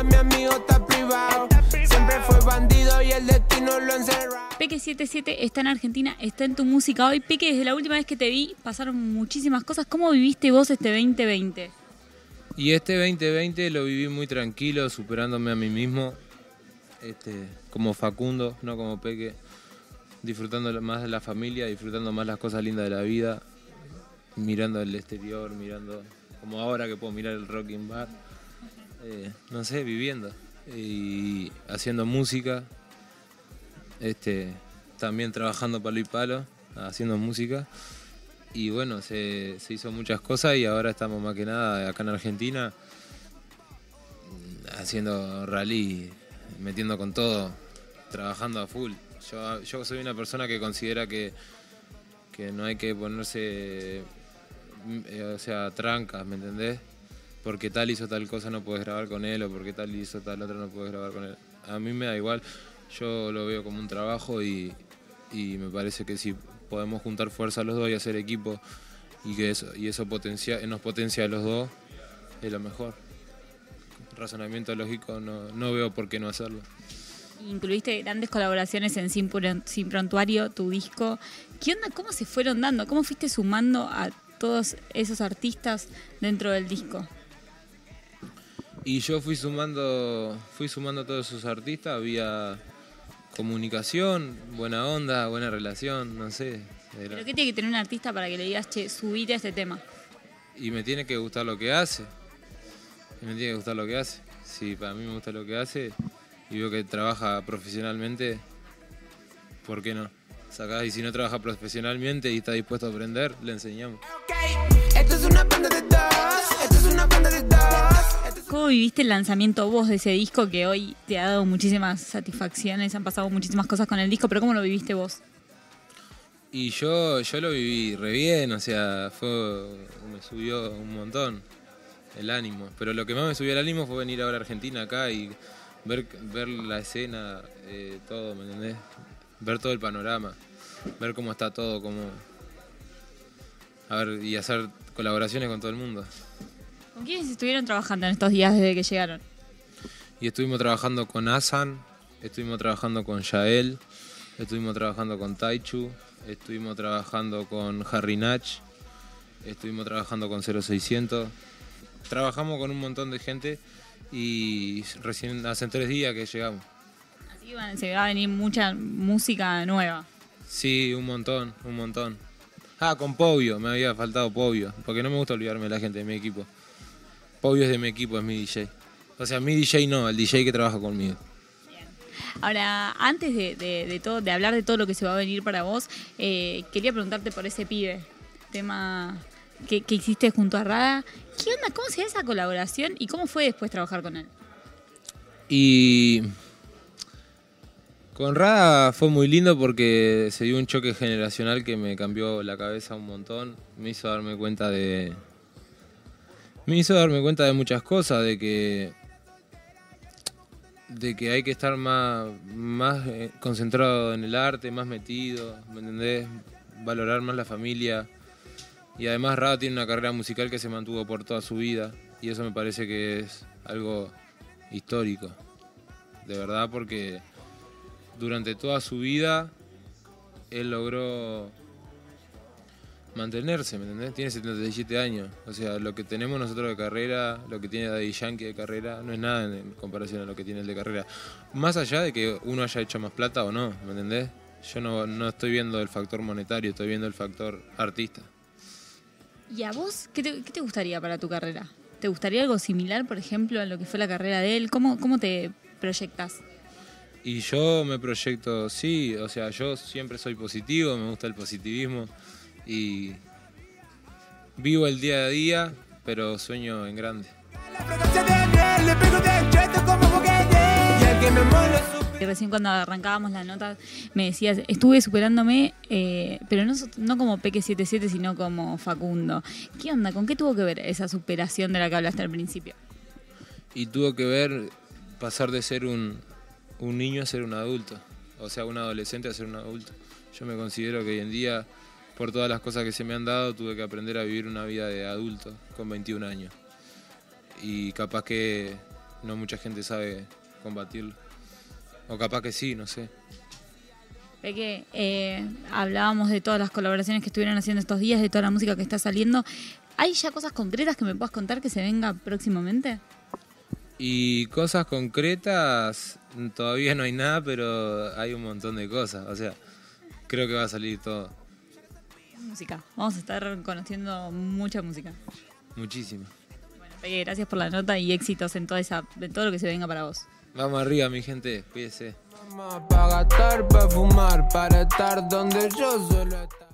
ahora mi amigo está privado. Siempre fue bandido y el destino lo encerró. Peque 77 está en Argentina, está en tu música hoy. Peque, desde la última vez que te vi pasaron muchísimas cosas. ¿Cómo viviste vos este 2020? Y este 2020 lo viví muy tranquilo, superándome a mí mismo, como Facundo, no como Peque, disfrutando más de la familia, disfrutando más las cosas lindas de la vida, mirando el exterior, mirando como ahora que puedo mirar el Rocking Bar, no sé, viviendo y haciendo música, también trabajando palo y palo, haciendo música. Y bueno, se hizo muchas cosas y ahora estamos más que nada acá en Argentina haciendo rally, metiendo con todo, trabajando a full. Yo soy una persona que considera que no hay que ponerse, trancas, ¿me entendés? Porque tal hizo tal cosa no puedes grabar con él, o porque tal hizo tal otra no puedes grabar con él. A mí me da igual, yo lo veo como un trabajo y me parece que si podemos juntar fuerza los dos y hacer equipo y que eso nos potencia a los dos, es lo mejor. Razonamiento lógico, no veo por qué no hacerlo. Incluiste grandes colaboraciones en Sin Prontuario, tu disco. ¿Qué onda? ¿Cómo se fueron dando? ¿Cómo fuiste sumando a todos esos artistas dentro del disco? Y yo fui sumando a todos esos artistas, había comunicación, buena onda, buena relación, no sé. ¿Pero qué tiene que tener un artista para que le digas, che, subite a este tema? Y me tiene que gustar lo que hace. Si para mí me gusta lo que hace y veo que trabaja profesionalmente, ¿por qué no? Sacás, y si no trabaja profesionalmente y está dispuesto a aprender, le enseñamos. Esto es una banda de dos. ¿Cómo viviste el lanzamiento vos de ese disco que hoy te ha dado muchísimas satisfacciones, han pasado muchísimas cosas con el disco, pero cómo lo viviste vos? Y yo lo viví re bien, me subió un montón el ánimo. Pero lo que más me subió el ánimo fue venir ahora a Argentina acá y ver la escena, todo, ¿me entendés? Ver todo el panorama, ver cómo está todo, y hacer colaboraciones con todo el mundo. ¿Con quiénes estuvieron trabajando en estos días desde que llegaron? Y estuvimos trabajando con Asan, estuvimos trabajando con Yael, estuvimos trabajando con Taichu, estuvimos trabajando con Harry Nach, estuvimos trabajando con 0600. Trabajamos con un montón de gente y recién hace 3 días que llegamos. Así que se va a venir mucha música nueva. Sí, un montón. Con Povio, me había faltado Povio, porque no me gusta olvidarme de la gente de mi equipo. Povio es de mi equipo, es mi DJ. O sea, mi DJ no, el DJ que trabaja conmigo. Bien. Ahora, antes de hablar de todo lo que se va a venir para vos, quería preguntarte por ese pibe, tema que hiciste junto a Rada. ¿Qué onda? ¿Cómo se da esa colaboración y cómo fue después trabajar con él? Y con Rada fue muy lindo porque se dio un choque generacional que me cambió la cabeza un montón. Me hizo darme cuenta de muchas cosas, de que hay que estar más concentrado en el arte, más metido, ¿me entendés? Valorar más la familia. Y además Rada tiene una carrera musical que se mantuvo por toda su vida y eso me parece que es algo histórico, de verdad, porque durante toda su vida él logró mantenerse, ¿me entendés? Tiene 77 años, o sea, lo que tenemos nosotros de carrera, lo que tiene Daddy Yankee de carrera, no es nada en comparación a lo que tiene él de carrera. Más allá de que uno haya hecho más plata o no, ¿me entendés? Yo no estoy viendo el factor monetario, estoy viendo el factor artista. ¿Y a vos qué te gustaría para tu carrera? ¿Te gustaría algo similar, por ejemplo, a lo que fue la carrera de él? ¿Cómo te proyectas? Y yo me proyecto, sí, o sea, yo siempre soy positivo, me gusta el positivismo y vivo el día a día, pero sueño en grande. Y recién cuando arrancábamos la nota me decías, estuve superándome, pero no como Peque 77, sino como Facundo. ¿Qué onda? ¿Con qué tuvo que ver esa superación de la que hablaste al principio? Y tuvo que ver pasar de ser un niño a ser un adulto, o sea, un adolescente a ser un adulto. Yo me considero que hoy en día, por todas las cosas que se me han dado, tuve que aprender a vivir una vida de adulto con 21 años. Y capaz que no mucha gente sabe combatirlo. O capaz que sí, no sé. Peque, hablábamos de todas las colaboraciones que estuvieron haciendo estos días, de toda la música que está saliendo. ¿Hay ya cosas concretas que me puedas contar que se venga próximamente? Y cosas concretas, todavía no hay nada, pero hay un montón de cosas. O sea, creo que va a salir todo. Música. Vamos a estar conociendo mucha música. Muchísimo. Bueno, Peque, gracias por la nota y éxitos en todo lo que se venga para vos. Vamos arriba, mi gente. Cuídese. Para gastar, para fumar, para estar donde yo suelo estar.